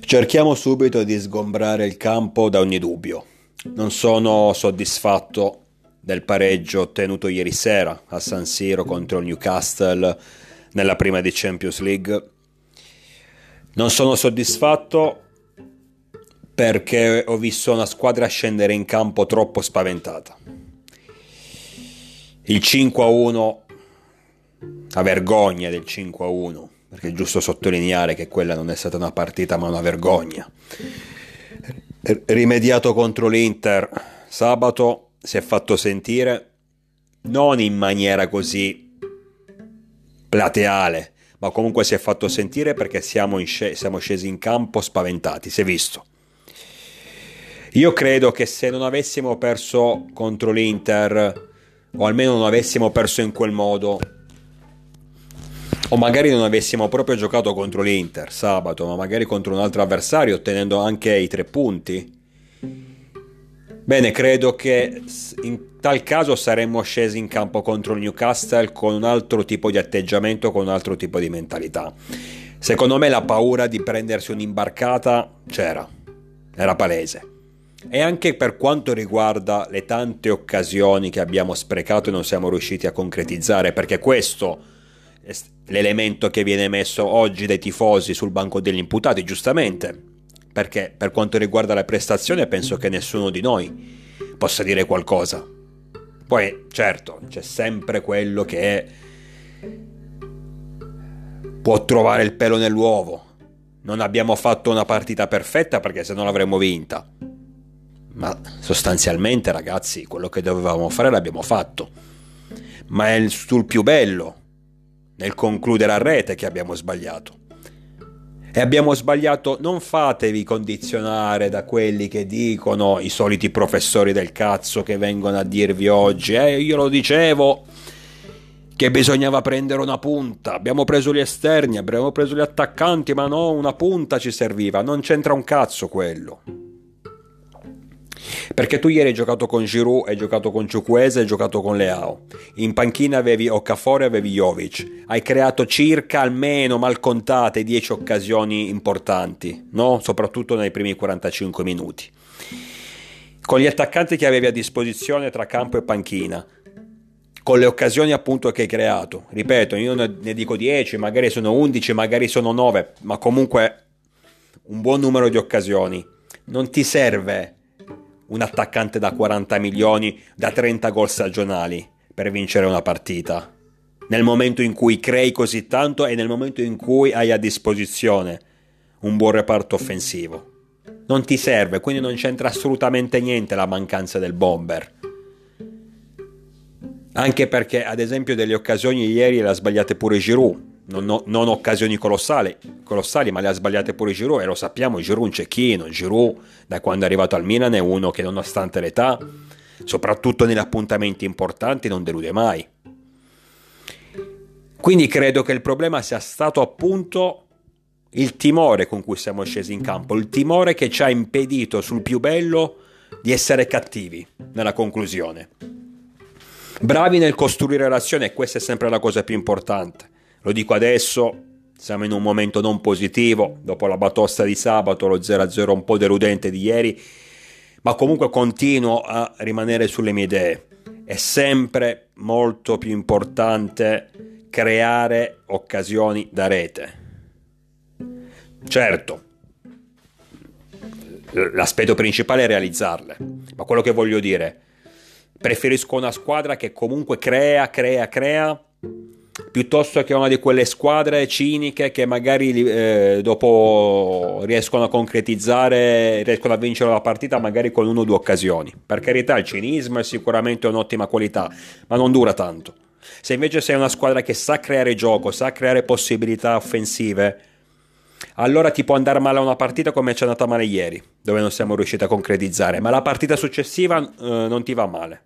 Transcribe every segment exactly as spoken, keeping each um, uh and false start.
Cerchiamo subito di sgombrare il campo da ogni dubbio. Non sono soddisfatto del pareggio ottenuto ieri sera a San Siro contro il Newcastle nella prima di Champions League. Non sono soddisfatto perché ho visto una squadra scendere in campo troppo spaventata. Il cinque a uno, la vergogna del cinque a uno, perché è giusto sottolineare che quella non è stata una partita ma una vergogna. Rimediato contro l'Inter sabato, si è fatto sentire non in maniera così plateale, ma comunque si è fatto sentire perché siamo, in sc- siamo scesi in campo spaventati, si è visto. Io credo che se non avessimo perso contro l'Inter, o almeno non avessimo perso in quel modo, o magari non avessimo proprio giocato contro l'Inter sabato, ma magari contro un altro avversario, ottenendo anche i tre punti, bene, credo che in tal caso saremmo scesi in campo contro il Newcastle con un altro tipo di atteggiamento, con un altro tipo di mentalità. Secondo me la paura di prendersi un'imbarcata c'era, era palese. E anche per quanto riguarda le tante occasioni che abbiamo sprecato e non siamo riusciti a concretizzare, perché questo è l'elemento che viene messo oggi dai tifosi sul banco degli imputati, giustamente, perché per quanto riguarda la prestazione penso che nessuno di noi possa dire qualcosa. Poi certo c'è sempre quello che può trovare il pelo nell'uovo. Non abbiamo fatto una partita perfetta perché se no l'avremmo vinta, ma sostanzialmente, ragazzi, quello che dovevamo fare l'abbiamo fatto. Ma è sul più bello, nel concludere a rete, che abbiamo sbagliato. E abbiamo sbagliato, non fatevi condizionare da quelli che dicono, i soliti professori del cazzo che vengono a dirvi oggi, eh io lo dicevo che bisognava prendere una punta, abbiamo preso gli esterni, abbiamo preso gli attaccanti, ma no, una punta ci serviva. Non c'entra un cazzo quello, perché tu ieri hai giocato con Giroud, hai giocato con Chukwueze, hai giocato con Leao, in panchina avevi Okafor e avevi Jovic, hai creato circa, almeno mal contate, dieci occasioni importanti, no? Soprattutto nei primi quarantacinque minuti, con gli attaccanti che avevi a disposizione tra campo e panchina, con le occasioni appunto che hai creato. Ripeto, io ne dico dieci, magari sono undici, magari sono nove, ma comunque un buon numero di occasioni. Non ti serve un attaccante da quaranta milioni, da trenta gol stagionali per vincere una partita, nel momento in cui crei così tanto e nel momento in cui hai a disposizione un buon reparto offensivo. Non ti serve, quindi non c'entra assolutamente niente la mancanza del bomber. Anche perché, ad esempio, delle occasioni ieri le ha sbagliate pure Giroud. Non, no, non occasioni colossali, colossali, ma le ha sbagliate pure Giroud, e lo sappiamo, Giroud un cecchino. Giroud, da quando è arrivato al Milan, è uno che, nonostante l'età, soprattutto negli appuntamenti importanti, non delude mai. Quindi credo che il problema sia stato appunto il timore con cui siamo scesi in campo, il timore che ci ha impedito sul più bello di essere cattivi nella conclusione. Bravi nel costruire l'azione, e questa è sempre la cosa più importante. Lo dico adesso, siamo in un momento non positivo, dopo la batosta di sabato, lo zero a zero un po' deludente di ieri, ma comunque continuo a rimanere sulle mie idee. È sempre molto più importante creare occasioni da rete. Certo, l'aspetto principale è realizzarle, ma quello che voglio dire, preferisco una squadra che comunque crea, crea, crea, piuttosto che una di quelle squadre ciniche che magari eh, dopo riescono a concretizzare, riescono a vincere la partita magari con una o due occasioni. Per carità, il cinismo è sicuramente un'ottima qualità, ma non dura tanto. Se invece sei una squadra che sa creare gioco, sa creare possibilità offensive, allora ti può andare male una partita come ci è andata male ieri, dove non siamo riusciti a concretizzare, ma la partita successiva eh, non ti va male.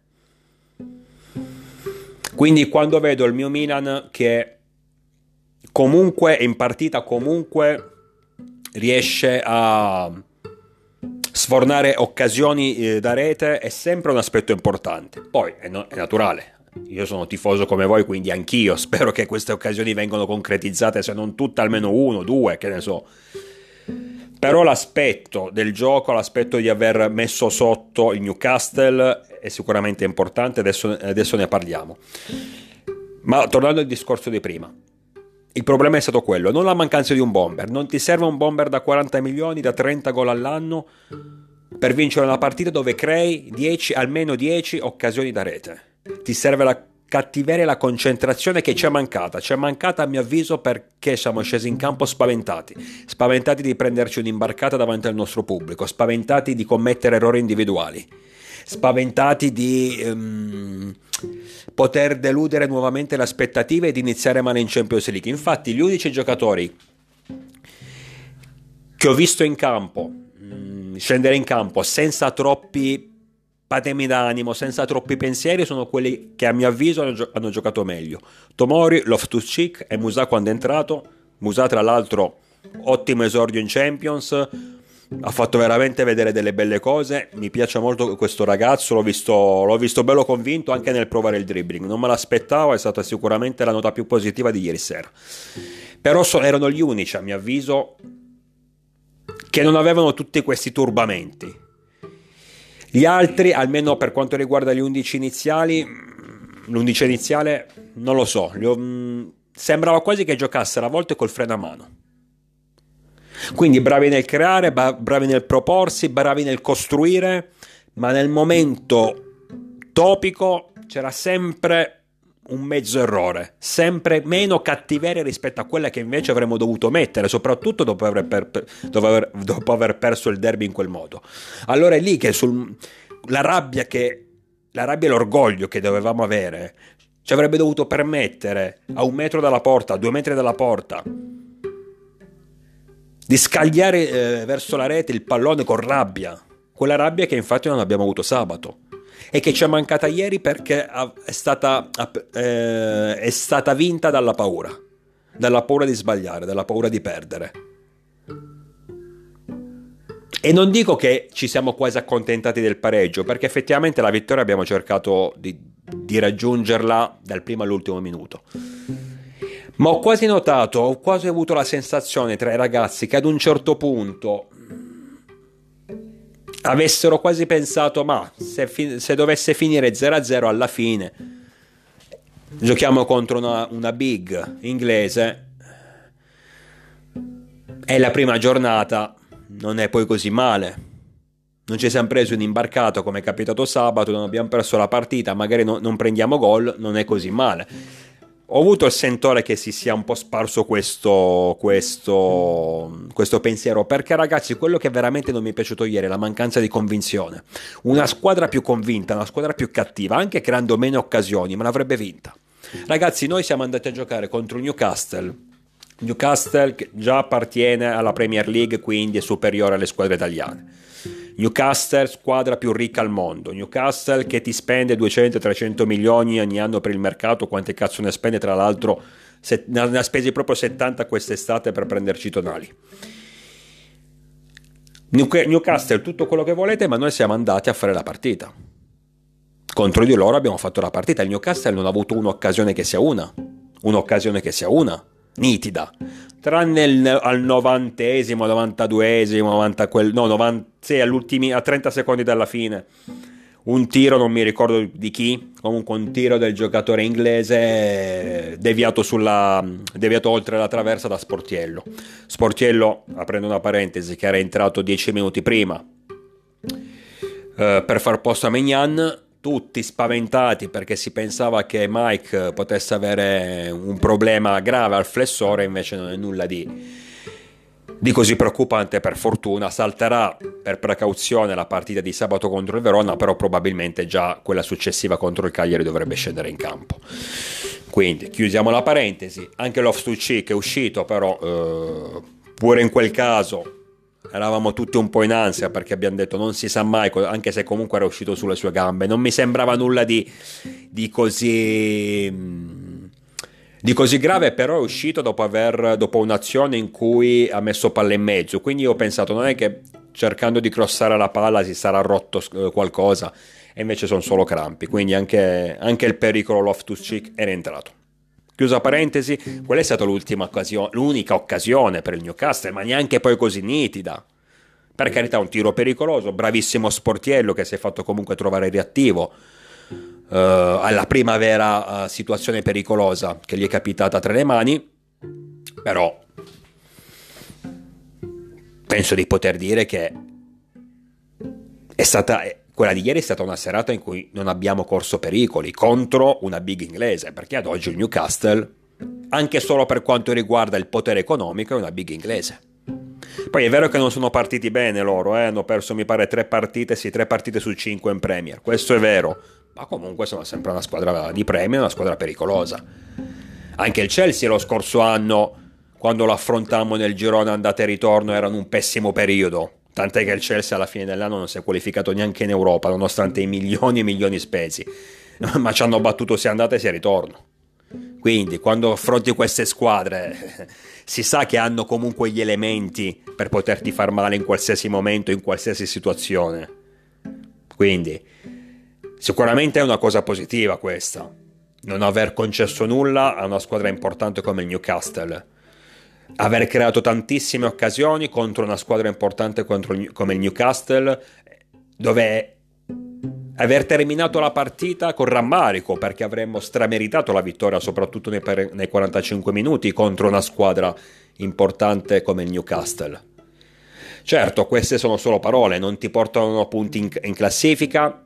Quindi quando vedo il mio Milan che comunque in partita comunque riesce a sfornare occasioni eh, da rete, è sempre un aspetto importante. Poi è, no- è naturale, io sono tifoso come voi, quindi anch'io spero che queste occasioni vengano concretizzate, se non tutte almeno uno, due, che ne so. Però l'aspetto del gioco, l'aspetto di aver messo sotto il Newcastle è sicuramente importante, adesso, adesso ne parliamo. Ma tornando al discorso di prima, il problema è stato quello, non la mancanza di un bomber. Non ti serve un bomber da quaranta milioni, da trenta gol all'anno per vincere una partita dove crei dieci, almeno dieci occasioni da rete. Ti serve la cattiveria e la concentrazione che ci è mancata. Ci è mancata, a mio avviso, perché siamo scesi in campo spaventati. Spaventati di prenderci un'imbarcata davanti al nostro pubblico, spaventati di commettere errori individuali, spaventati di um, poter deludere nuovamente le aspettative e di iniziare male in Champions League. Infatti gli unici giocatori che ho visto in campo um, scendere in campo senza troppi patemi d'animo, senza troppi pensieri, sono quelli che a mio avviso hanno, gio- hanno giocato meglio: Tomori, Loftus-Cheek e Musà quando è entrato. Musà tra l'altro ottimo esordio in Champions, ha fatto veramente vedere delle belle cose. Mi piace molto questo ragazzo, l'ho visto, l'ho visto bello convinto anche nel provare il dribbling, non me l'aspettavo, è stata sicuramente la nota più positiva di ieri sera. Però so, erano gli unici a mio avviso che non avevano tutti questi turbamenti. Gli altri, almeno per quanto riguarda gli undici iniziali, l'undici iniziale non lo so, ho, mh, sembrava quasi che giocassero a volte col freno a mano. Quindi bravi nel creare, bravi nel proporsi, bravi nel costruire, ma nel momento topico c'era sempre un mezzo errore, sempre meno cattiveria rispetto a quella che invece avremmo dovuto mettere, soprattutto dopo aver, per, per, dopo aver, dopo aver perso il derby in quel modo. Allora è lì che sul, la rabbia che la rabbia e l'orgoglio che dovevamo avere ci avrebbe dovuto permettere a un metro dalla porta, a due metri dalla porta, di scagliare eh, verso la rete il pallone con rabbia, quella rabbia che infatti non abbiamo avuto sabato e che ci è mancata ieri perché è stata, eh, è stata vinta dalla paura, dalla paura di sbagliare, dalla paura di perdere. E non dico che ci siamo quasi accontentati del pareggio, perché effettivamente la vittoria abbiamo cercato di, di raggiungerla dal primo all'ultimo minuto. Ma ho quasi notato, ho quasi avuto la sensazione tra i ragazzi che ad un certo punto avessero quasi pensato: ma se, fi- se dovesse finire zero a zero alla fine, giochiamo contro una, una big inglese e la prima giornata non è poi così male, non ci siamo presi un imbarcato come è capitato sabato, non abbiamo perso la partita, magari no, non prendiamo gol, non è così male. Ho avuto il sentore che si sia un po' sparso questo, questo, questo pensiero, perché ragazzi, quello che veramente non mi è piaciuto ieri è la mancanza di convinzione. Una squadra più convinta, una squadra più cattiva, anche creando meno occasioni, ma l'avrebbe vinta. Ragazzi, noi siamo andati a giocare contro il Newcastle. Newcastle che già appartiene alla Premier League, quindi è superiore alle squadre italiane. Newcastle, squadra più ricca al mondo. Newcastle che ti spende duecento trecento milioni ogni anno per il mercato. Quante cazzo ne spende? Tra l'altro se, ne ha spesi proprio settanta quest'estate per prenderci Tonali. Newcastle, tutto quello che volete, ma noi siamo andati a fare la partita. Contro di loro abbiamo fatto la partita. Il Newcastle non ha avuto un'occasione che sia una. Un'occasione che sia una. Nitida, tranne il, al novantesimo, novantaduesimo, novanta, quel, no, novanta, sì, all'ultimi, a trenta secondi dalla fine, un tiro, non mi ricordo di chi, comunque un tiro del giocatore inglese deviato, sulla, deviato oltre la traversa da Sportiello. Sportiello, aprendo una parentesi, che era entrato dieci minuti prima eh, per far posto a Maignan. Tutti spaventati perché si pensava che Mike potesse avere un problema grave al flessore, invece non è nulla di, di così preoccupante, per fortuna. Salterà per precauzione la partita di sabato contro il Verona, però probabilmente già quella successiva contro il Cagliari dovrebbe scendere in campo. Quindi chiudiamo la parentesi. Anche Loftus-Cheek è uscito, però eh, pure in quel caso eravamo tutti un po' in ansia, perché abbiamo detto non si sa mai, anche se comunque era uscito sulle sue gambe. Non mi sembrava nulla di, di così di così grave, però è uscito dopo aver dopo un'azione in cui ha messo palla in mezzo, quindi io ho pensato non è che cercando di crossare la palla si sarà rotto qualcosa, e invece sono solo crampi, quindi anche, anche il pericolo Loftus-Cheek era entrato. Chiusa parentesi, quella è stata l'ultima occasione, l'unica occasione per il Newcastle, ma neanche poi così nitida. Per carità, un tiro pericoloso, bravissimo Sportiello che si è fatto comunque trovare reattivo uh, alla prima vera uh, situazione pericolosa che gli è capitata tra le mani, però penso di poter dire che è stata, quella di ieri è stata una serata in cui non abbiamo corso pericoli contro una big inglese, perché ad oggi il Newcastle, anche solo per quanto riguarda il potere economico, è una big inglese. Poi è vero che non sono partiti bene loro, eh? Hanno perso mi pare tre partite, sì, tre partite su cinque in Premier, questo è vero, ma comunque sono sempre una squadra di Premier, una squadra pericolosa. Anche il Chelsea lo scorso anno, quando lo affrontammo nel girone andata e ritorno, era in un pessimo periodo, tant'è che il Chelsea alla fine dell'anno non si è qualificato neanche in Europa, nonostante i milioni e milioni spesi, ma ci hanno battuto sia andata sia ritorno. Quindi quando affronti queste squadre si sa che hanno comunque gli elementi per poterti far male in qualsiasi momento, in qualsiasi situazione. Quindi sicuramente è una cosa positiva questa, non aver concesso nulla a una squadra importante come il Newcastle, aver creato tantissime occasioni contro una squadra importante contro il, come il Newcastle, dove aver terminato la partita con rammarico, perché avremmo strameritato la vittoria soprattutto nei, nei quarantacinque minuti contro una squadra importante come il Newcastle. Certo, queste sono solo parole, non ti portano punti in, in classifica,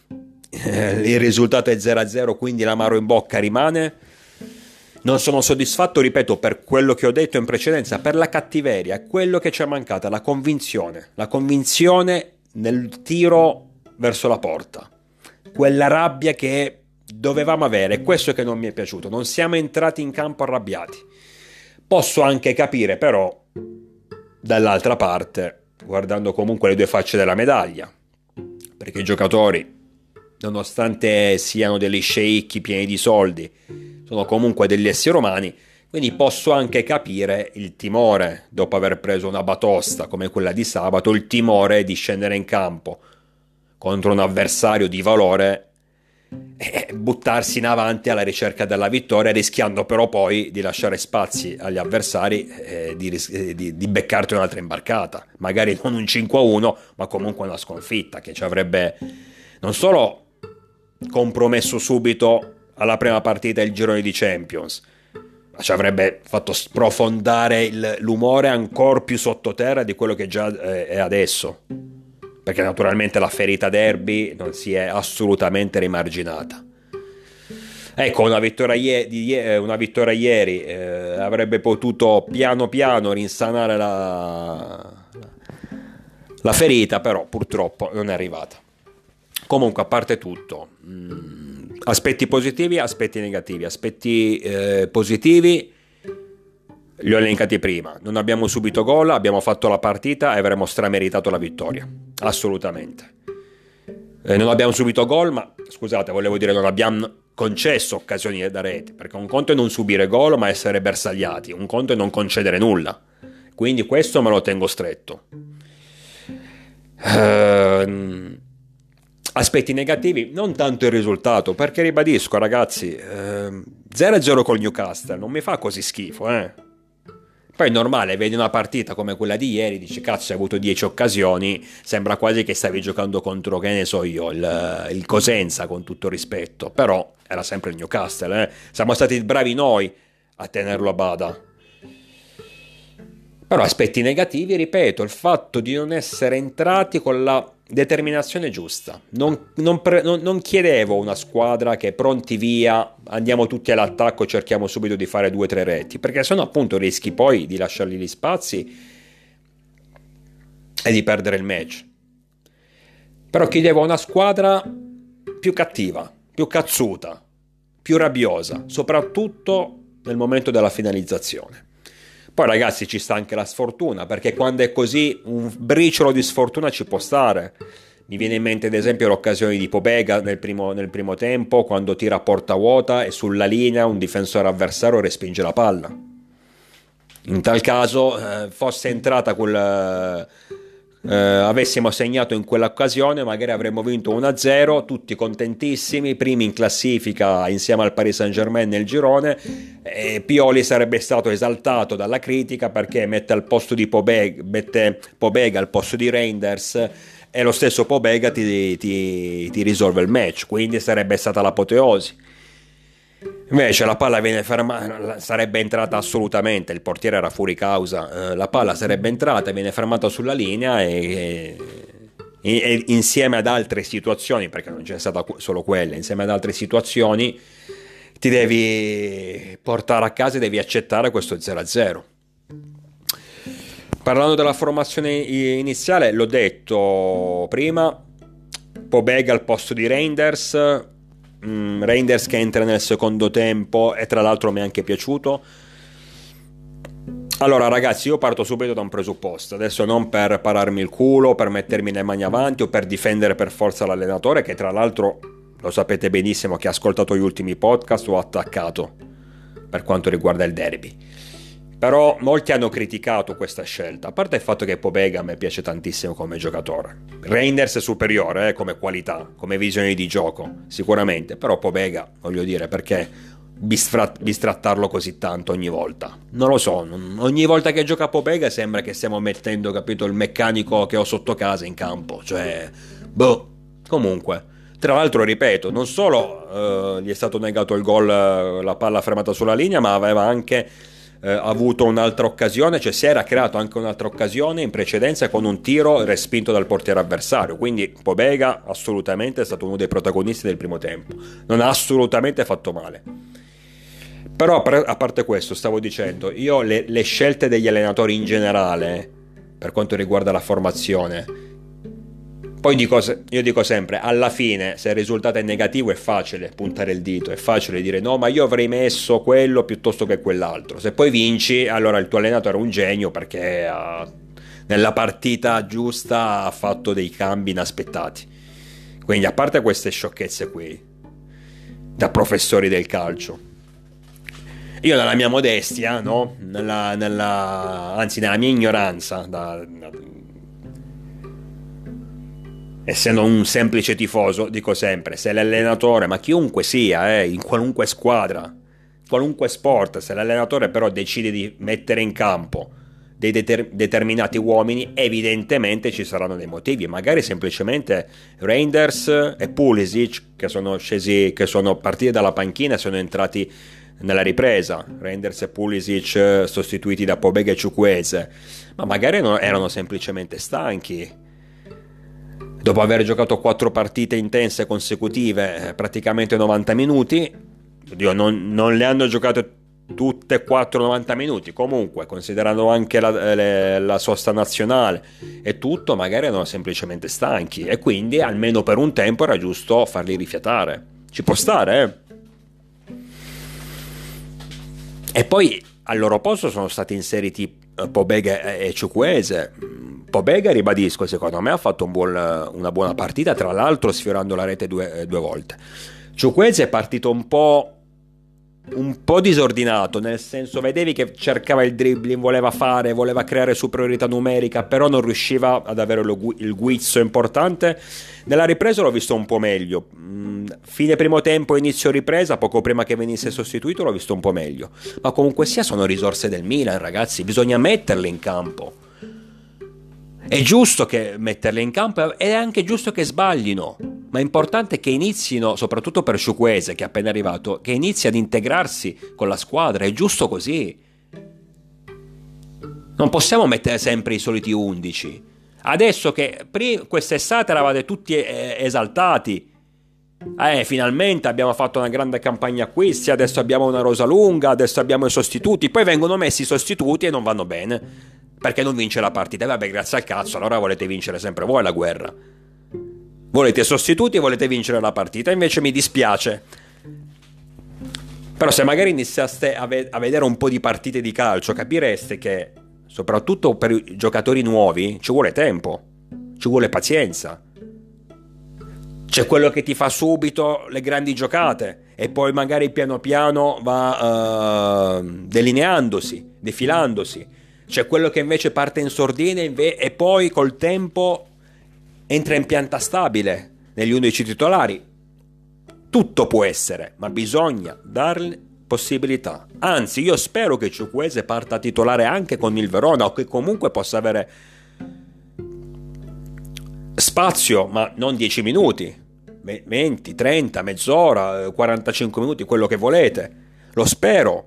eh, il risultato è zero a zero, quindi l'amaro in bocca rimane. Non sono soddisfatto, ripeto, per quello che ho detto in precedenza, per la cattiveria, quello che ci è mancata, la convinzione, la convinzione nel tiro verso la porta, quella rabbia che dovevamo avere, questo che non mi è piaciuto, non siamo entrati in campo arrabbiati. Posso anche capire però dall'altra parte, guardando comunque le due facce della medaglia, perché i giocatori, nonostante siano degli sceicchi pieni di soldi, sono comunque degli esseri umani, quindi posso anche capire il timore, dopo aver preso una batosta come quella di sabato, il timore di scendere in campo contro un avversario di valore e buttarsi in avanti alla ricerca della vittoria, rischiando però poi di lasciare spazi agli avversari e di, di, di beccarti un'altra imbarcata, magari non un cinque a uno, ma comunque una sconfitta che ci avrebbe non solo compromesso subito alla prima partita il girone di Champions, ma ci avrebbe fatto sprofondare il, l'umore ancora più sottoterra di quello che già eh, è adesso, perché naturalmente la ferita derby non si è assolutamente rimarginata. Ecco, una vittoria, ie- di, una vittoria ieri eh, avrebbe potuto piano piano rinsanare la, la ferita, però purtroppo non è arrivata. Comunque, a parte tutto, mh, aspetti positivi, aspetti negativi. Aspetti eh, positivi li ho elencati prima. Non abbiamo subito gol, abbiamo fatto la partita e avremmo strameritato la vittoria, assolutamente. Eh, non abbiamo subito gol, ma scusate, volevo dire non abbiamo concesso occasioni da rete, perché un conto è non subire gol ma essere bersagliati, un conto è non concedere nulla, quindi questo me lo tengo stretto. Ehm... Aspetti negativi, non tanto il risultato, perché ribadisco ragazzi, eh, zero a zero col Newcastle non mi fa così schifo, eh. Poi è normale, vedi una partita come quella di ieri, dici cazzo hai avuto dieci occasioni, sembra quasi che stavi giocando contro, che ne so io, il, il Cosenza, con tutto rispetto, però era sempre il Newcastle, eh. Siamo stati bravi noi a tenerlo a bada. Però aspetti negativi, ripeto, il fatto di non essere entrati con la determinazione giusta. Non, non, pre- non, non chiedevo una squadra che pronti via, andiamo tutti all'attacco, cerchiamo subito di fare due o tre reti, perché sennò appunto rischi poi di lasciargli gli spazi e di perdere il match. Però chiedevo una squadra più cattiva, più cazzuta, più rabbiosa, soprattutto nel momento della finalizzazione. Poi ragazzi ci sta anche la sfortuna, perché quando è così un briciolo di sfortuna ci può stare. Mi viene in mente ad esempio l'occasione di Pobega nel primo, nel primo tempo, quando tira a porta vuota e sulla linea un difensore avversario respinge la palla. In tal caso eh, fosse entrata quel, eh, avessimo segnato in quell'occasione, magari avremmo vinto uno a zero, tutti contentissimi, primi in classifica insieme al Paris Saint-Germain nel girone, e Pioli sarebbe stato esaltato dalla critica perché mette al posto di Pobega, mette Pobega al posto di Reinders, e lo stesso Pobega ti, ti, ti risolve il match, quindi sarebbe stata l'apoteosi. Invece la palla viene fermata, sarebbe entrata assolutamente, il portiere era fuori causa, eh, la palla sarebbe entrata, viene fermata sulla linea e, e, e insieme ad altre situazioni, perché non c'è stata solo quella, insieme ad altre situazioni ti devi portare a casa e devi accettare questo zero a zero. Parlando della formazione iniziale, l'ho detto prima, Pobega al posto di Reinders, Mm, Reinders che entra nel secondo tempo e tra l'altro mi è anche piaciuto. Allora ragazzi, io parto subito da un presupposto, adesso non per pararmi il culo, per mettermi le mani avanti o per difendere per forza l'allenatore, che tra l'altro lo sapete benissimo, che ha ascoltato gli ultimi podcast o attaccato per quanto riguarda il derby. Però molti hanno criticato questa scelta, a parte il fatto che Pobega a me piace tantissimo come giocatore. Reinders è superiore eh, come qualità, come visione di gioco, sicuramente, però Pobega, voglio dire, perché bistrat- bistrattarlo così tanto ogni volta? Non lo so, non- ogni volta che gioca Pobega sembra che stiamo mettendo, capito, il meccanico che ho sotto casa in campo, cioè, boh, comunque. Tra l'altro, ripeto, non solo eh, gli è stato negato il gol, eh, la palla fermata sulla linea, ma aveva anche eh, avuto un'altra occasione, cioè si era creato anche un'altra occasione in precedenza con un tiro respinto dal portiere avversario, quindi Pobega assolutamente è stato uno dei protagonisti del primo tempo, non ha assolutamente fatto male. Però a parte questo, stavo dicendo, io le, le scelte degli allenatori in generale, per quanto riguarda la formazione, poi dico, io dico sempre, alla fine se il risultato è negativo è facile puntare il dito, è facile dire no ma io avrei messo quello piuttosto che quell'altro, se poi vinci allora il tuo allenatore è un genio perché uh, nella partita giusta ha fatto dei cambi inaspettati. Quindi a parte queste sciocchezze qui da professori del calcio, io nella mia modestia, no? nella, nella, anzi nella mia ignoranza da, da, essendo un semplice tifoso, dico sempre, se l'allenatore, ma chiunque sia, eh, in qualunque squadra, qualunque sport, se l'allenatore però decide di mettere in campo dei deter- determinati uomini, evidentemente ci saranno dei motivi, magari semplicemente Reinders e Pulisic che sono scesi, che sono partiti dalla panchina e sono entrati nella ripresa, Reinders e Pulisic sostituiti da Pobega e Chukwueze, ma magari no, erano semplicemente stanchi. Dopo aver giocato quattro partite intense consecutive, praticamente novanta minuti, oddio, non, non le hanno giocate tutte e quattro novanta minuti, comunque, considerando anche la, le, la sosta nazionale e tutto, magari erano semplicemente stanchi e quindi almeno per un tempo era giusto farli rifiatare. Ci può stare, eh? E poi al loro posto sono stati inseriti Pobega e Chukwueze. Pobega, ribadisco, secondo me ha fatto un buon, una buona partita, tra l'altro sfiorando la rete due, due volte. Chukwueze è partito un po' un po' disordinato, nel senso vedevi che cercava il dribbling, voleva fare, voleva creare superiorità numerica, però non riusciva ad avere lo, il guizzo importante. Nella ripresa l'ho visto un po' meglio, fine primo tempo, inizio ripresa, poco prima che venisse sostituito l'ho visto un po' meglio, ma comunque sia sono risorse del Milan, ragazzi, bisogna metterle in campo. È giusto che metterle in campo, è anche giusto che sbaglino, ma è importante che inizino, soprattutto per Chukwueze che è appena arrivato, che inizi ad integrarsi con la squadra, è giusto così. Non possiamo mettere sempre i soliti undici. Adesso che quest'estate eravate tutti esaltati, eh, finalmente abbiamo fatto una grande campagna acquisti, adesso abbiamo una rosa lunga, adesso abbiamo i sostituti, poi vengono messi i sostituti e non vanno bene perché non vince la partita. Vabbè, grazie al cazzo, allora volete vincere sempre voi la guerra, volete sostituti e volete vincere la partita, invece mi dispiace. Però se magari iniziaste a, ve- a vedere un po' di partite di calcio, capireste che soprattutto per i giocatori nuovi ci vuole tempo, ci vuole pazienza. C'è quello che ti fa subito le grandi giocate e poi magari piano piano va uh, delineandosi, defilandosi. C'è quello che invece parte in sordina inve- e poi col tempo entra in pianta stabile negli undici titolari. Tutto può essere, ma bisogna dargli possibilità. Anzi, io spero che Chukwueze parta titolare anche con il Verona, o che comunque possa avere spazio, ma non dieci minuti, venti, trenta, mezz'ora, quarantacinque minuti, quello che volete. Lo spero.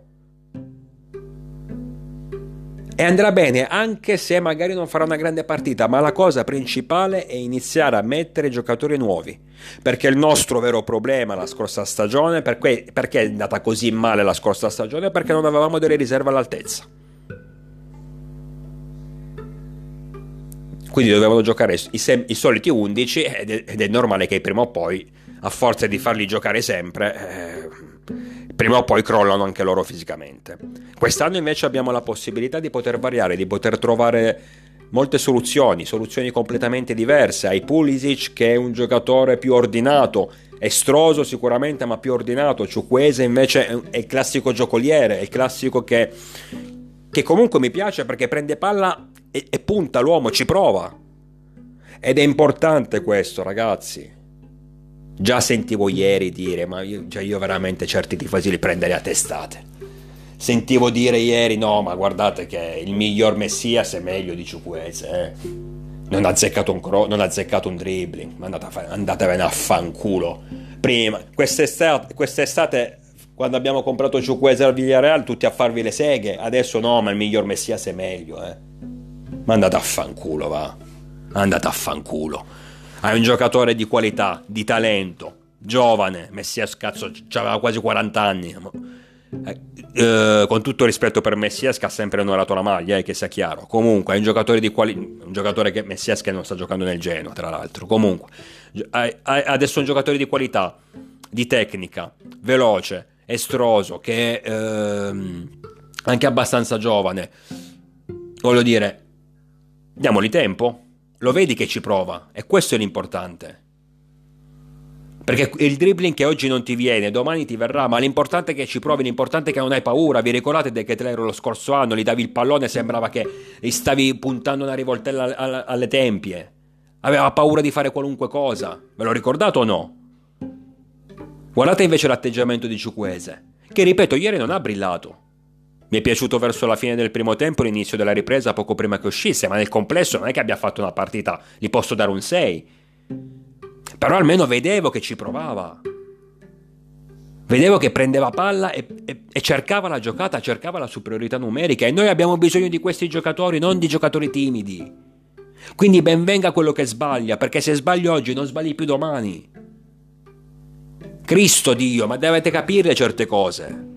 E andrà bene anche se magari non farà una grande partita, ma la cosa principale è iniziare a mettere giocatori nuovi, perché il nostro vero problema la scorsa stagione, perché, perché è andata così male la scorsa stagione, perché non avevamo delle riserve all'altezza. Quindi dovevano giocare i, sem- i soliti undici ed è, ed è normale che prima o poi, a forza di farli giocare sempre, eh, prima o poi crollano anche loro fisicamente. Quest'anno invece abbiamo la possibilità di poter variare, di poter trovare molte soluzioni, soluzioni completamente diverse. Hai Pulisic che è un giocatore più ordinato, estroso sicuramente ma più ordinato. Chukwueze invece è il classico giocoliere, è il classico che, che comunque mi piace perché prende palla e, e punta l'uomo, ci prova. Ed è importante questo, ragazzi. Già sentivo ieri dire, ma io, cioè io veramente certi tifosi li prenderei a testate. Sentivo dire ieri, no, ma guardate che il miglior Messias è meglio di Chukwueze, eh. Non ha azzeccato un, cro- non ha azzeccato un dribbling, ma andate a fa- andatevene a fanculo. Prima, quest'estate, quest'estate, quando abbiamo comprato Chukwueze al Villarreal, tutti a farvi le seghe, adesso no, ma il miglior Messias è meglio, eh. Ma andate a fanculo, va. Andate a fanculo. Hai un giocatore di qualità, di talento, giovane, Messias cazzo aveva quasi quaranta anni, eh, eh, con tutto rispetto per Messias che ha sempre onorato la maglia, eh, che sia chiaro. Comunque è un giocatore di qualità, un giocatore che Messias che non sta giocando nel Genoa, tra l'altro. Comunque hai, hai adesso un giocatore di qualità, di tecnica, veloce, estroso, che è ehm, anche abbastanza giovane. Voglio dire, diamogli tempo. Lo vedi che ci prova, e questo è l'importante. Perché il dribbling che oggi non ti viene, domani ti verrà, ma l'importante è che ci provi, l'importante è che non hai paura. Vi ricordate De Ketelaere lo scorso anno? Gli davi il pallone e sembrava che gli stavi puntando una rivoltella alle tempie. Aveva paura di fare qualunque cosa. Ve lo ricordate o no? Guardate invece l'atteggiamento di Chukwueze, che ripeto, ieri non ha brillato. Mi è piaciuto verso la fine del primo tempo, l'inizio della ripresa poco prima che uscisse, ma nel complesso non è che abbia fatto una partita, gli posso dare un sei. Però almeno vedevo che ci provava. Vedevo che prendeva palla e, e, e cercava la giocata, cercava la superiorità numerica, e noi abbiamo bisogno di questi giocatori, non di giocatori timidi. Quindi ben venga quello che sbaglia, perché se sbagli oggi non sbagli più domani. Cristo Dio, ma dovete capire certe cose.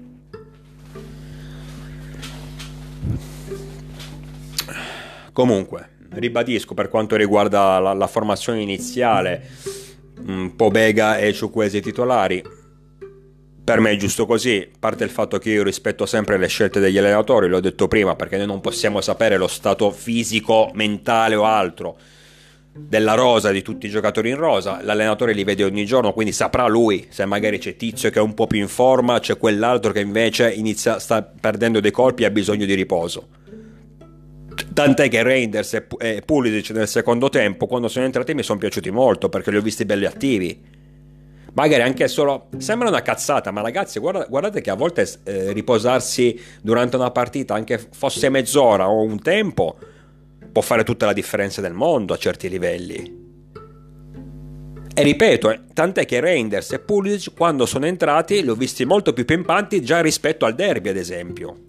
Comunque, ribadisco, per quanto riguarda la, la formazione iniziale, un po' Bega e Chukwueze titolari, per me è giusto così. A parte il fatto che io rispetto sempre le scelte degli allenatori, l'ho detto prima, perché noi non possiamo sapere lo stato fisico, mentale o altro della rosa, di tutti i giocatori in rosa. L'allenatore li vede ogni giorno, quindi saprà lui se magari c'è Tizio che è un po' più in forma, c'è quell'altro che invece inizia, sta perdendo dei colpi e ha bisogno di riposo. Tant'è che Reinders e Pulisic nel secondo tempo, quando sono entrati, mi sono piaciuti molto, perché li ho visti belli attivi. Magari anche solo, sembra una cazzata, ma ragazzi, guarda, guardate che a volte eh, riposarsi durante una partita, anche fosse mezz'ora o un tempo, può fare tutta la differenza del mondo a certi livelli. E ripeto, eh, tant'è che Reinders e Pulisic, quando sono entrati, li ho visti molto più pimpanti già rispetto al derby, ad esempio,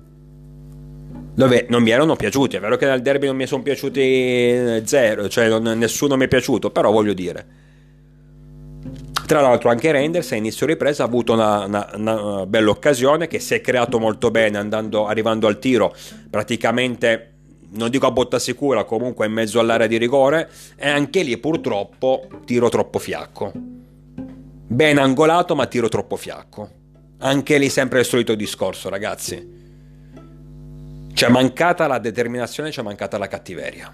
dove non mi erano piaciuti. È vero che nel derby non mi sono piaciuti zero, cioè non, nessuno mi è piaciuto, però voglio dire, tra l'altro anche Reinders a inizio ripresa ha avuto una, una, una bella occasione, che si è creato molto bene andando, arrivando al tiro praticamente, non dico a botta sicura, comunque in mezzo all'area di rigore, e anche lì purtroppo tiro troppo fiacco, ben angolato ma tiro troppo fiacco. Anche lì sempre il solito discorso, ragazzi. C'è mancata la determinazione, c'è mancata la cattiveria.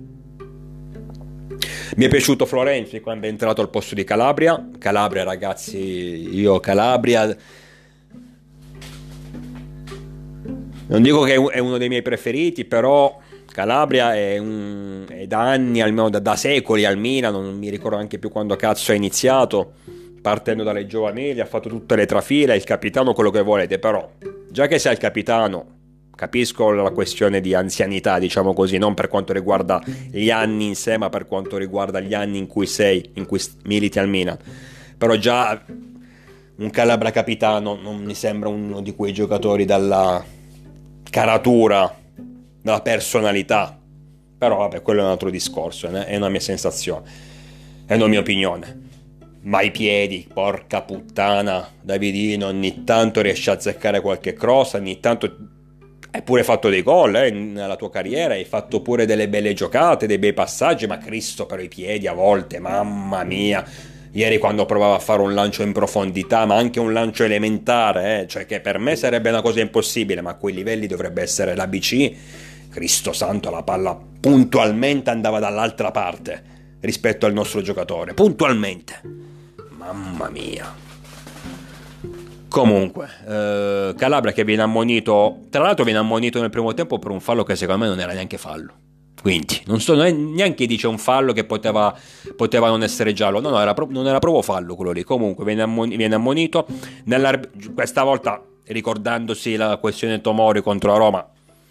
Mi è piaciuto Florenzi quando è entrato al posto di Calabria. Calabria, ragazzi, io Calabria Non dico che è uno dei miei preferiti, però Calabria è, un, è da anni, almeno da, da secoli al Milan, non mi ricordo anche più quando cazzo è iniziato, partendo dalle giovanili, ha fatto tutte le trafile, il capitano, quello che volete, però già che sei il capitano, capisco la questione di anzianità, diciamo così, non per quanto riguarda gli anni in sé, ma per quanto riguarda gli anni in cui sei, in cui militi al Milan. Però già un Calabria capitano non mi sembra uno di quei giocatori dalla caratura, dalla personalità. Però vabbè, quello è un altro discorso, né? È una mia sensazione, è una mia opinione. Ma i piedi, porca puttana, Davidino, ogni tanto riesci a azzeccare qualche cross, ogni tanto hai pure fatto dei gol eh, nella tua carriera, hai fatto pure delle belle giocate, dei bei passaggi, ma Cristo però i piedi a volte, mamma mia. Ieri quando provava a fare un lancio in profondità, ma anche un lancio elementare, eh, cioè che per me sarebbe una cosa impossibile, ma a quei livelli dovrebbe essere l'A B C, Cristo santo, la palla puntualmente andava dall'altra parte rispetto al nostro giocatore, puntualmente. Mamma mia. Comunque, eh, Calabria che viene ammonito, tra l'altro viene ammonito nel primo tempo per un fallo che secondo me non era neanche fallo. Quindi, non so, non è neanche dice un fallo che poteva, poteva non essere giallo, no, no, era pro, non era proprio fallo quello lì. Comunque viene, ammoni, viene ammonito, questa volta ricordandosi la questione Tomori contro la Roma,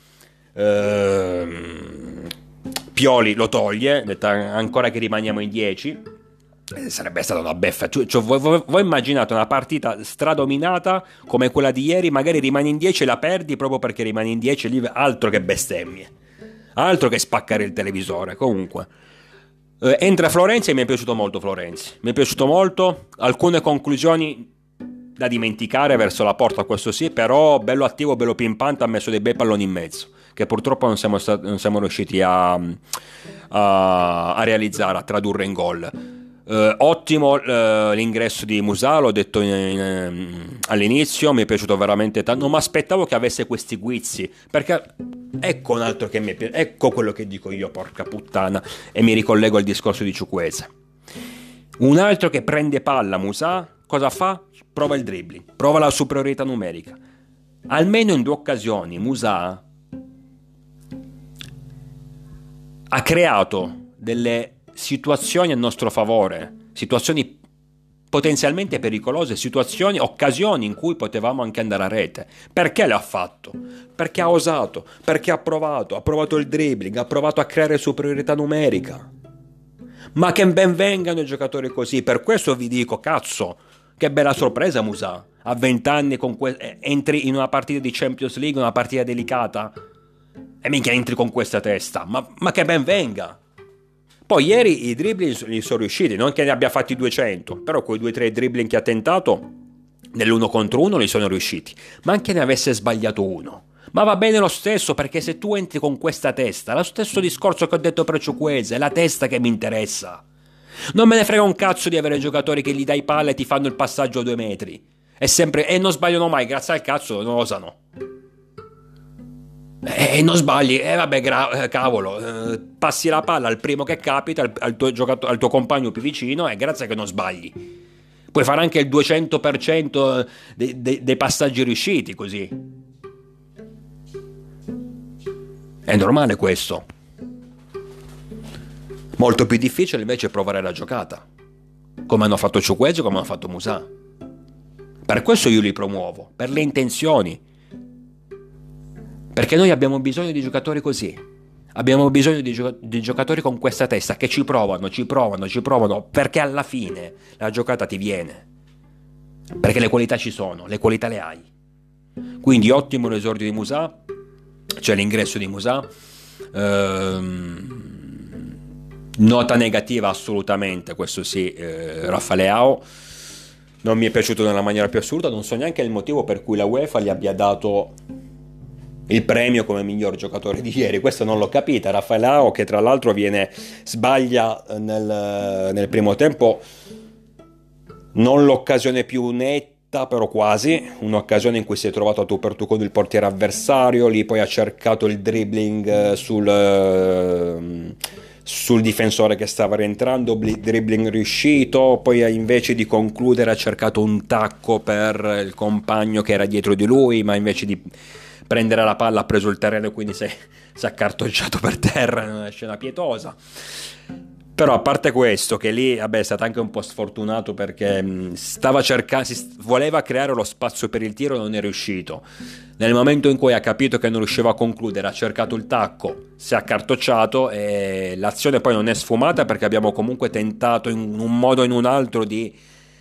ehm, Pioli lo toglie, detta ancora che rimaniamo in dieci. Sarebbe stata una beffa. Cioè, cioè, voi, voi, voi immaginate una partita stradominata come quella di ieri, magari rimani in dieci e la perdi proprio perché rimani in dieci, lì altro che bestemmie, altro che spaccare il televisore. Comunque eh, entra Florenzi e mi è piaciuto molto Florenzi, mi è piaciuto molto, alcune conclusioni da dimenticare verso la porta, questo sì, però bello attivo, bello pimpante, ha messo dei bei palloni in mezzo che purtroppo non siamo, stati, non siamo riusciti a, a, a realizzare, a tradurre in gol. Uh, ottimo uh, l'ingresso di Musà, l'ho detto in, in, all'inizio, mi è piaciuto veramente tanto, non mi aspettavo che avesse questi guizzi, perché ecco un altro che mi è piaciuto, ecco quello che dico io, porca puttana, e mi ricollego al discorso di Ciukwueze. Un altro che prende palla, Musà, cosa fa? Prova il dribbling, prova la superiorità numerica. Almeno in due occasioni Musà ha creato delle situazioni a nostro favore, situazioni potenzialmente pericolose, situazioni, occasioni in cui potevamo anche andare a rete. Perché l'ha fatto? Perché ha osato, perché ha provato, ha provato il dribbling, ha provato a creare superiorità numerica. Ma che ben vengano i giocatori così, per questo vi dico, cazzo, che bella sorpresa Musà, a venti anni con que- entri in una partita di Champions League, una partita delicata, e minchia entri con questa testa, ma, ma che ben venga. Poi ieri i dribbling gli sono riusciti, non che ne abbia fatti duecento, però quei due o tre dribbling che ha tentato nell'uno contro uno li sono riusciti, ma anche ne avesse sbagliato uno. Ma va bene lo stesso, perché se tu entri con questa testa, lo stesso discorso che ho detto per Ciukwueze, è la testa che mi interessa. Non me ne frega un cazzo di avere giocatori che gli dai palla e ti fanno il passaggio a due metri. È sempre, e non sbagliano mai, grazie al cazzo, non osano. E eh, non sbagli, e eh, vabbè, gra- cavolo, eh, passi la palla al primo che capita, al, al, tuo giocato- al tuo compagno più vicino, e grazie che non sbagli. Puoi fare anche il duecento per cento dei, dei, dei passaggi riusciti, così. È normale questo. Molto più difficile invece è provare la giocata, come hanno fatto Ciukwueze, come hanno fatto Musà. Per questo io li promuovo, per le intenzioni. Perché noi abbiamo bisogno di giocatori così. Abbiamo bisogno di, gio- di giocatori con questa testa, che ci provano, ci provano, ci provano, perché alla fine la giocata ti viene. Perché le qualità ci sono, le qualità le hai. Quindi ottimo l'esordio di Musà, cioè l'ingresso di Musà. Ehm, nota negativa assolutamente, questo sì, eh, Rafaleao. Non mi è piaciuto nella maniera più assurda, non so neanche il motivo per cui la UEFA gli abbia dato il premio come miglior giocatore di ieri, questo non l'ho capita. Rafaleao, che tra l'altro viene sbaglia nel, nel primo tempo, non l'occasione più netta, però quasi, un'occasione in cui si è trovato a tu per tu con il portiere avversario, lì poi ha cercato il dribbling sul, sul difensore che stava rientrando, dribbling riuscito, poi invece di concludere ha cercato un tacco per il compagno che era dietro di lui, ma invece di prendere la palla, ha preso il terreno e quindi si è, si è accartocciato per terra in una scena pietosa. Però a parte questo, che lì vabbè, è stato anche un po' sfortunato perché stava cercando, si voleva creare lo spazio per il tiro e non è riuscito. Nel momento in cui ha capito che non riusciva a concludere, ha cercato il tacco, si è accartocciato e l'azione poi non è sfumata perché abbiamo comunque tentato in un modo o in un altro di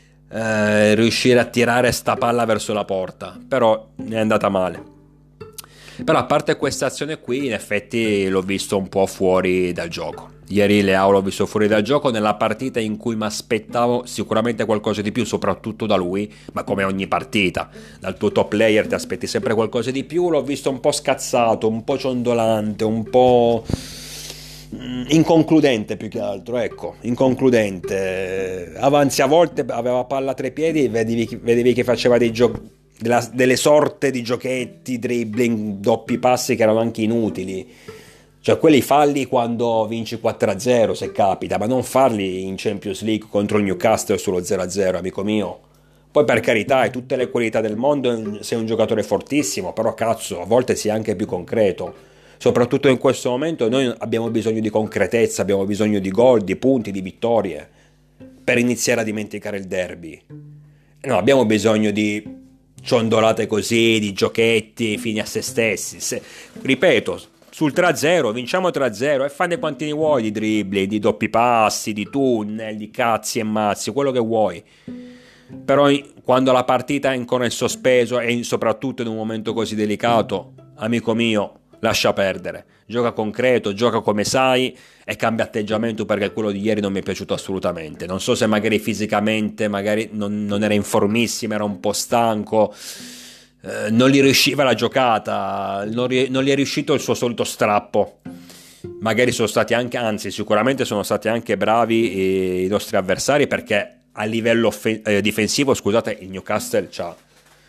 eh, riuscire a tirare sta palla verso la porta, però è andata male. Però a parte questa azione qui, in effetti l'ho visto un po' fuori dal gioco. Ieri Leao l'ho visto fuori dal gioco nella partita in cui mi aspettavo sicuramente qualcosa di più, soprattutto da lui, ma come ogni partita, dal tuo top player ti aspetti sempre qualcosa di più. L'ho visto un po' scazzato, un po' ciondolante, un po' inconcludente più che altro, ecco, inconcludente. Avanzi a volte, aveva palla tra i piedi, vedevi, vedevi che faceva dei giochi, della, delle sorte di giochetti, dribbling, doppi passi che erano anche inutili. Cioè quelli falli quando vinci quattro a zero se capita, ma non farli in Champions League contro il Newcastle sullo zero a zero, amico mio. Poi per carità, hai tutte le qualità del mondo, sei un giocatore fortissimo, però cazzo, a volte sia anche più concreto. Soprattutto in questo momento noi abbiamo bisogno di concretezza, abbiamo bisogno di gol, di punti, di vittorie, per iniziare a dimenticare il derby. No, abbiamo bisogno di ciondolate così, di giochetti fini a se stessi. Se, ripeto, sul tre a zero, vinciamo tre a zero e fanne quanti ne vuoi di dribbling, di doppi passi, di tunnel, di cazzi e mazzi, quello che vuoi. Però quando la partita è ancora in sospeso e soprattutto in un momento così delicato, amico mio, lascia perdere. Gioca concreto, gioca come sai e cambia atteggiamento, perché quello di ieri non mi è piaciuto assolutamente. Non so se magari fisicamente magari non, non era in formissima, era un po' stanco, eh, non gli riusciva la giocata, non, ri- non gli è riuscito il suo solito strappo. Magari sono stati anche, anzi sicuramente sono stati anche bravi i, i nostri avversari, perché a livello offen- eh, difensivo, scusate, il Newcastle ci ha,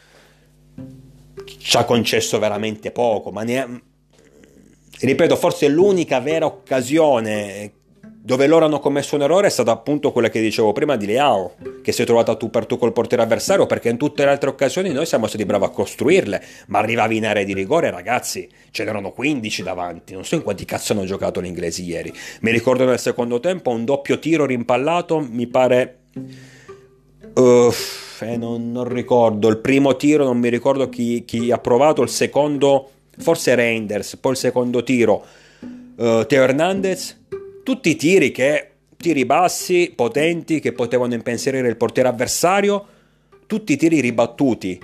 ci ha concesso veramente poco, ma ne ha, ripeto, forse l'unica vera occasione dove loro hanno commesso un errore è stata appunto quella che dicevo prima di Leao, che si è trovata tu per tu col portiere avversario, perché in tutte le altre occasioni noi siamo stati bravi a costruirle, ma arrivavi in area di rigore, ragazzi, ce n'erano quindici davanti. Non so in quanti cazzo hanno giocato gli inglesi ieri. Mi ricordo nel secondo tempo un doppio tiro rimpallato, mi pare Uff, eh, non, non ricordo il primo tiro, non mi ricordo chi, chi ha provato il secondo, forse Reinders, poi il secondo tiro uh, Teo Hernandez. Tutti tiri che tiri bassi, potenti, che potevano impensierire il portiere avversario, tutti tiri ribattuti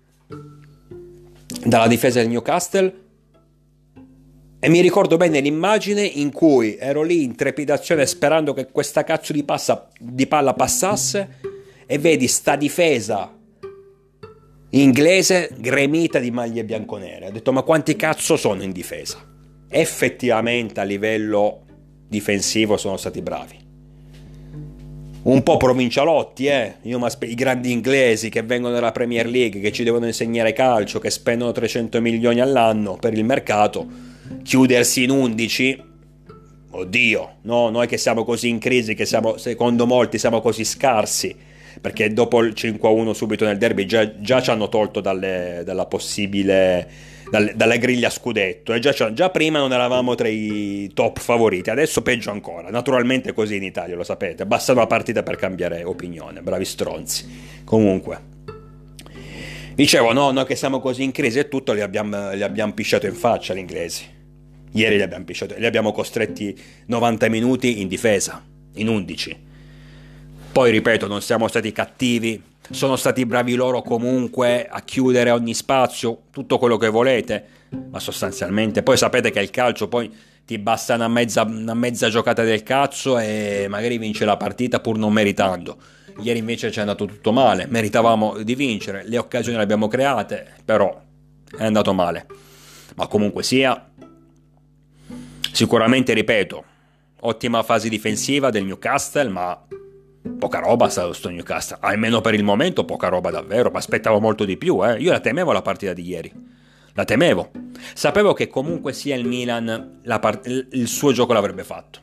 dalla difesa del Newcastle. E mi ricordo bene l'immagine in cui ero lì in trepidazione sperando che questa cazzo di, passa, di palla passasse, e vedi sta difesa inglese gremita di maglie bianconere. Ho detto, ma quanti cazzo sono in difesa? Effettivamente a livello difensivo sono stati bravi. Un po' provincialotti, eh. Io i grandi inglesi che vengono dalla Premier League, che ci devono insegnare calcio, che spendono trecento milioni all'anno per il mercato, chiudersi in undici, oddio, no, noi che siamo così in crisi, che siamo, secondo molti siamo così scarsi, perché dopo il cinque a uno subito nel derby già, già ci hanno tolto dalle, dalla possibile, dalle, dalla griglia scudetto, e già, già prima non eravamo tra i top favoriti, adesso peggio ancora. Naturalmente così in Italia, lo sapete, basta una partita per cambiare opinione, bravi stronzi. Comunque dicevo, no, noi che siamo così in crisi e tutto, li abbiamo, li abbiamo pisciato in faccia gli inglesi. Ieri li abbiamo pisciato, li abbiamo costretti novanta minuti in difesa, in undici. Poi ripeto, non siamo stati cattivi, sono stati bravi loro comunque a chiudere ogni spazio, tutto quello che volete, ma sostanzialmente poi sapete che il calcio poi ti basta una mezza, una mezza giocata del cazzo e magari vince la partita pur non meritando. Ieri invece ci è andato tutto male, meritavamo di vincere, le occasioni le abbiamo create, però è andato male. Ma comunque sia, sicuramente ripeto, ottima fase difensiva del Newcastle, ma poca roba sta sto Newcastle, almeno per il momento poca roba davvero, mi aspettavo molto di più, eh. Io la temevo la partita di ieri, la temevo, sapevo che comunque sia il Milan la part- il suo gioco l'avrebbe fatto,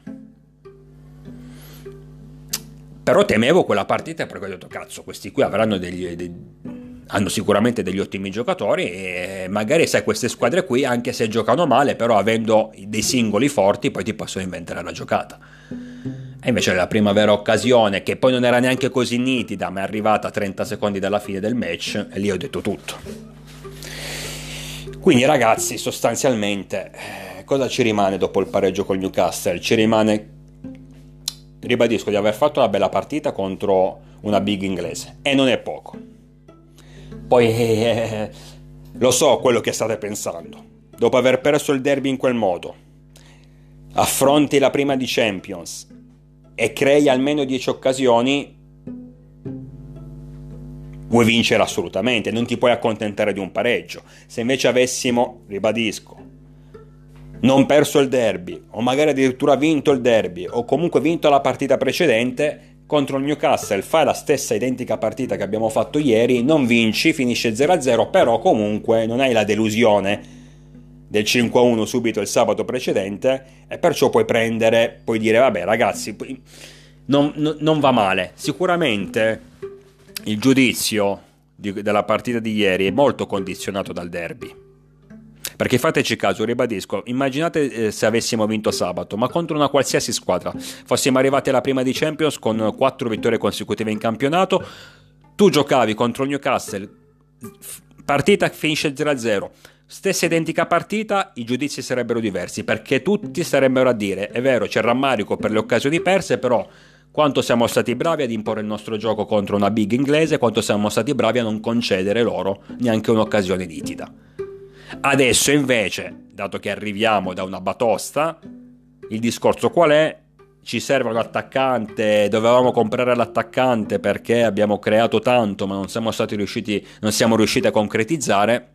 però temevo quella partita perché ho detto cazzo, questi qui avranno degli, dei, hanno sicuramente degli ottimi giocatori e magari sai queste squadre qui, anche se giocano male, però avendo dei singoli forti poi ti possono inventare la giocata. E invece la prima vera occasione, che poi non era neanche così nitida, ma è arrivata a trenta secondi dalla fine del match, e lì ho detto tutto. Quindi ragazzi, sostanzialmente eh, cosa ci rimane dopo il pareggio col Newcastle? Ci rimane, ribadisco, di aver fatto una bella partita contro una big inglese, e non è poco. Poi eh, lo so quello che state pensando. Dopo aver perso il derby in quel modo, affronti la prima di Champions e crei almeno dieci occasioni, vuoi vincere assolutamente, non ti puoi accontentare di un pareggio. Se invece avessimo, ribadisco, non perso il derby, o magari addirittura vinto il derby, o comunque vinto la partita precedente, contro il Newcastle fai la stessa identica partita che abbiamo fatto ieri, non vinci, finisce zero a zero, però comunque non hai la delusione del cinque a uno subito il sabato precedente, e perciò puoi prendere, puoi dire vabbè ragazzi, non, non, non va male. Sicuramente il giudizio di, della partita di ieri è molto condizionato dal derby, perché fateci caso, ribadisco, immaginate eh, se avessimo vinto sabato, ma contro una qualsiasi squadra, fossimo arrivati alla prima di Champions con quattro vittorie consecutive in campionato, tu giocavi contro il Newcastle, partita finisce zero a zero, stessa identica partita, i giudizi sarebbero diversi, perché tutti sarebbero a dire, è vero, c'è rammarico per le occasioni perse, però quanto siamo stati bravi ad imporre il nostro gioco contro una big inglese, quanto siamo stati bravi a non concedere loro neanche un'occasione nitida. Adesso invece, dato che arriviamo da una batosta, il discorso qual è? Ci serve un attaccante, dovevamo comprare l'attaccante perché abbiamo creato tanto ma non siamo stati riusciti, non siamo riusciti a concretizzare,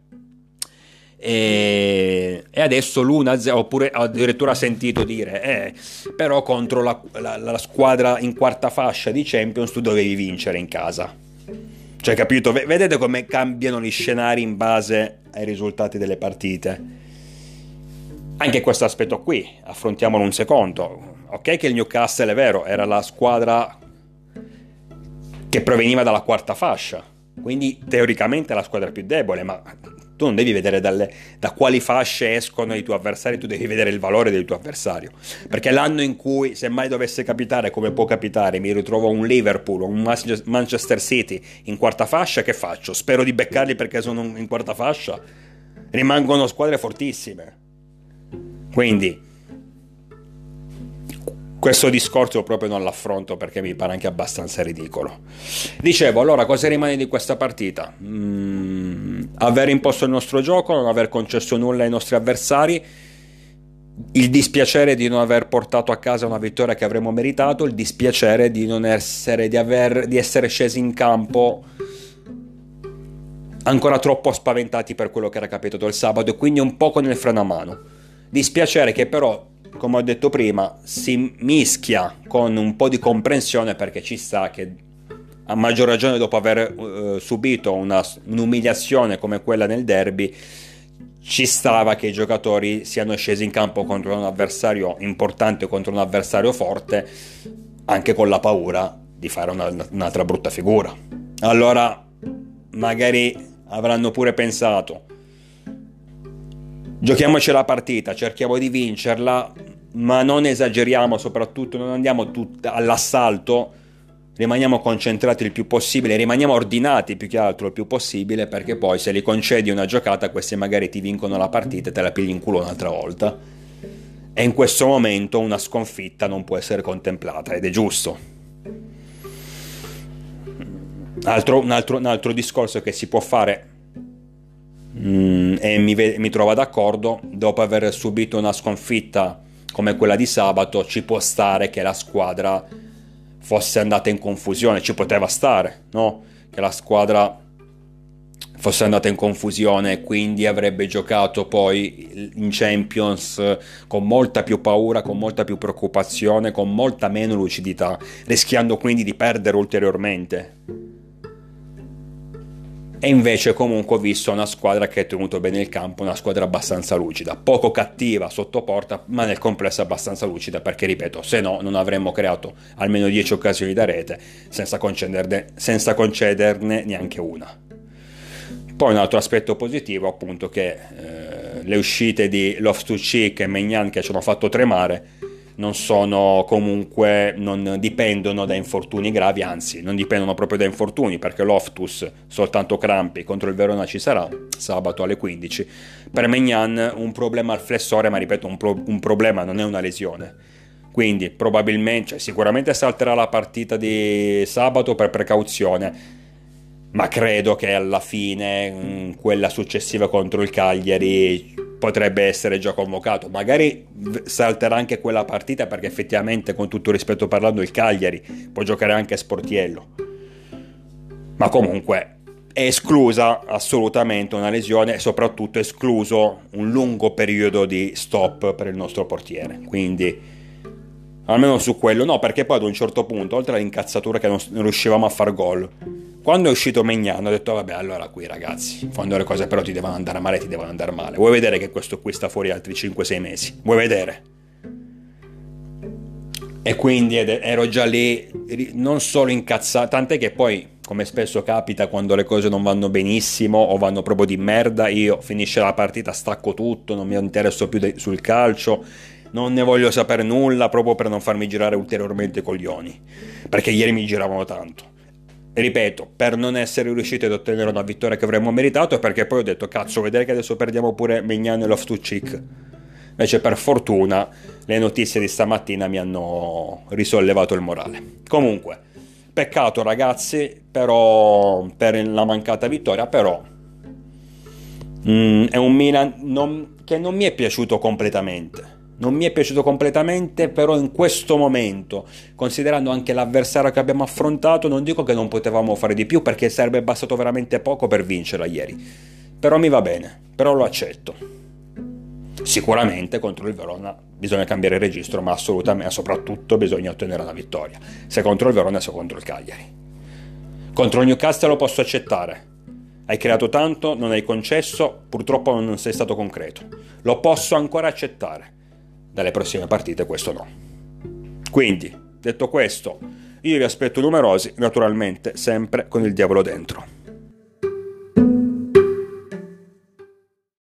e, e adesso l'uno a zero, oppure addirittura sentito dire eh, però contro la, la, la squadra in quarta fascia di Champions tu dovevi vincere in casa. Cioè, capito? Vedete come cambiano gli scenari in base ai risultati delle partite. Anche questo aspetto qui, affrontiamolo un secondo. Ok che il Newcastle, è vero, era la squadra che proveniva dalla quarta fascia, quindi teoricamente la squadra più debole, ma tu non devi vedere dalle, da quali fasce escono i tuoi avversari, tu devi vedere il valore del tuo avversario, perché l'anno in cui, se mai dovesse capitare, come può capitare, mi ritrovo un Liverpool o un Manchester City in quarta fascia, che faccio? Spero di beccarli perché sono in quarta fascia? Rimangono squadre fortissime. Quindi questo discorso proprio non l'affronto perché mi pare anche abbastanza ridicolo. Dicevo, allora cosa rimane di questa partita? Mm, aver imposto il nostro gioco, non aver concesso nulla ai nostri avversari, il dispiacere di non aver portato a casa una vittoria che avremmo meritato, il dispiacere di non essere, di aver, di essere scesi in campo ancora troppo spaventati per quello che era capitato il sabato, e quindi un po' con il freno a mano. Dispiacere che però, come ho detto prima, si mischia con un po' di comprensione, perché ci sta che a maggior ragione dopo aver uh, subito una, un'umiliazione come quella nel derby, ci stava che i giocatori siano scesi in campo contro un avversario importante, contro un avversario forte, anche con la paura di fare una, un'altra brutta figura. Allora magari avranno pure pensato: giochiamoci la partita, cerchiamo di vincerla, ma non esageriamo, soprattutto non andiamo tut- all'assalto, rimaniamo concentrati il più possibile, rimaniamo ordinati più che altro il più possibile, perché poi se li concedi una giocata, questi magari ti vincono la partita e te la pigli in culo un'altra volta, e in questo momento una sconfitta non può essere contemplata, ed è giusto. Altro, un, altro, un altro discorso che si può fare, mm, e mi, mi trovo d'accordo, dopo aver subito una sconfitta come quella di sabato, ci può stare che la squadra fosse andata in confusione, ci poteva stare, no? Che la squadra fosse andata in confusione e quindi avrebbe giocato poi in Champions con molta più paura, con molta più preoccupazione, con molta meno lucidità, rischiando quindi di perdere ulteriormente. E invece comunque ho visto una squadra che ha tenuto bene il campo, una squadra abbastanza lucida, poco cattiva sotto porta, ma nel complesso abbastanza lucida, perché ripeto, se no non avremmo creato almeno dieci occasioni da rete senza concederne, senza concederne neanche una. Poi un altro aspetto positivo appunto che eh, le uscite di Loftus-Cheek e Maignan che ci hanno fatto tremare non sono comunque, non dipendono da infortuni gravi, anzi non dipendono proprio da infortuni, perché Loftus soltanto crampi, contro il Verona ci sarà sabato alle quindici. Per Maignan un problema al flessore, ma ripeto un, pro- un problema, non è una lesione, quindi probabilmente, cioè, sicuramente salterà la partita di sabato per precauzione, ma credo che alla fine mh, quella successiva contro il Cagliari potrebbe essere già convocato. Magari salterà anche quella partita perché effettivamente, con tutto rispetto parlando, il Cagliari può giocare anche Sportiello, ma comunque è esclusa assolutamente una lesione e soprattutto è escluso un lungo periodo di stop per il nostro portiere, quindi almeno su quello no, perché poi ad un certo punto, oltre all'incazzatura che non, non riuscivamo a far gol, quando è uscito Maignan ho detto vabbè, allora qui ragazzi, quando le cose però ti devono andare male, ti devono andare male. Vuoi vedere che questo qui sta fuori altri cinque sei mesi? Vuoi vedere? E quindi ero già lì, non solo incazzato, tant'è che poi, come spesso capita quando le cose non vanno benissimo o vanno proprio di merda, io finisce la partita, stacco tutto, non mi interesso più de- sul calcio, non ne voglio sapere nulla proprio per non farmi girare ulteriormente i coglioni, perché ieri mi giravano tanto. Ripeto, per non essere riusciti ad ottenere una vittoria che avremmo meritato, e perché poi ho detto cazzo, vedere che adesso perdiamo pure Maignan e Loftus-Cheek. Invece per fortuna le notizie di stamattina mi hanno risollevato il morale. Comunque, peccato ragazzi, però per la mancata vittoria, però mm, è un Milan non, che non mi è piaciuto completamente. Non mi è piaciuto completamente, però in questo momento, considerando anche l'avversario che abbiamo affrontato, non dico che non potevamo fare di più, perché sarebbe bastato veramente poco per vincerla ieri. Però mi va bene, però lo accetto. Sicuramente contro il Verona bisogna cambiare registro, ma assolutamente, soprattutto bisogna ottenere la vittoria, se contro il Verona sia contro il Cagliari. Contro il Newcastle lo posso accettare, hai creato tanto, non hai concesso, purtroppo non sei stato concreto, lo posso ancora accettare. Dalle prossime partite questo no. Quindi, detto questo, io vi aspetto numerosi, naturalmente sempre con il diavolo dentro.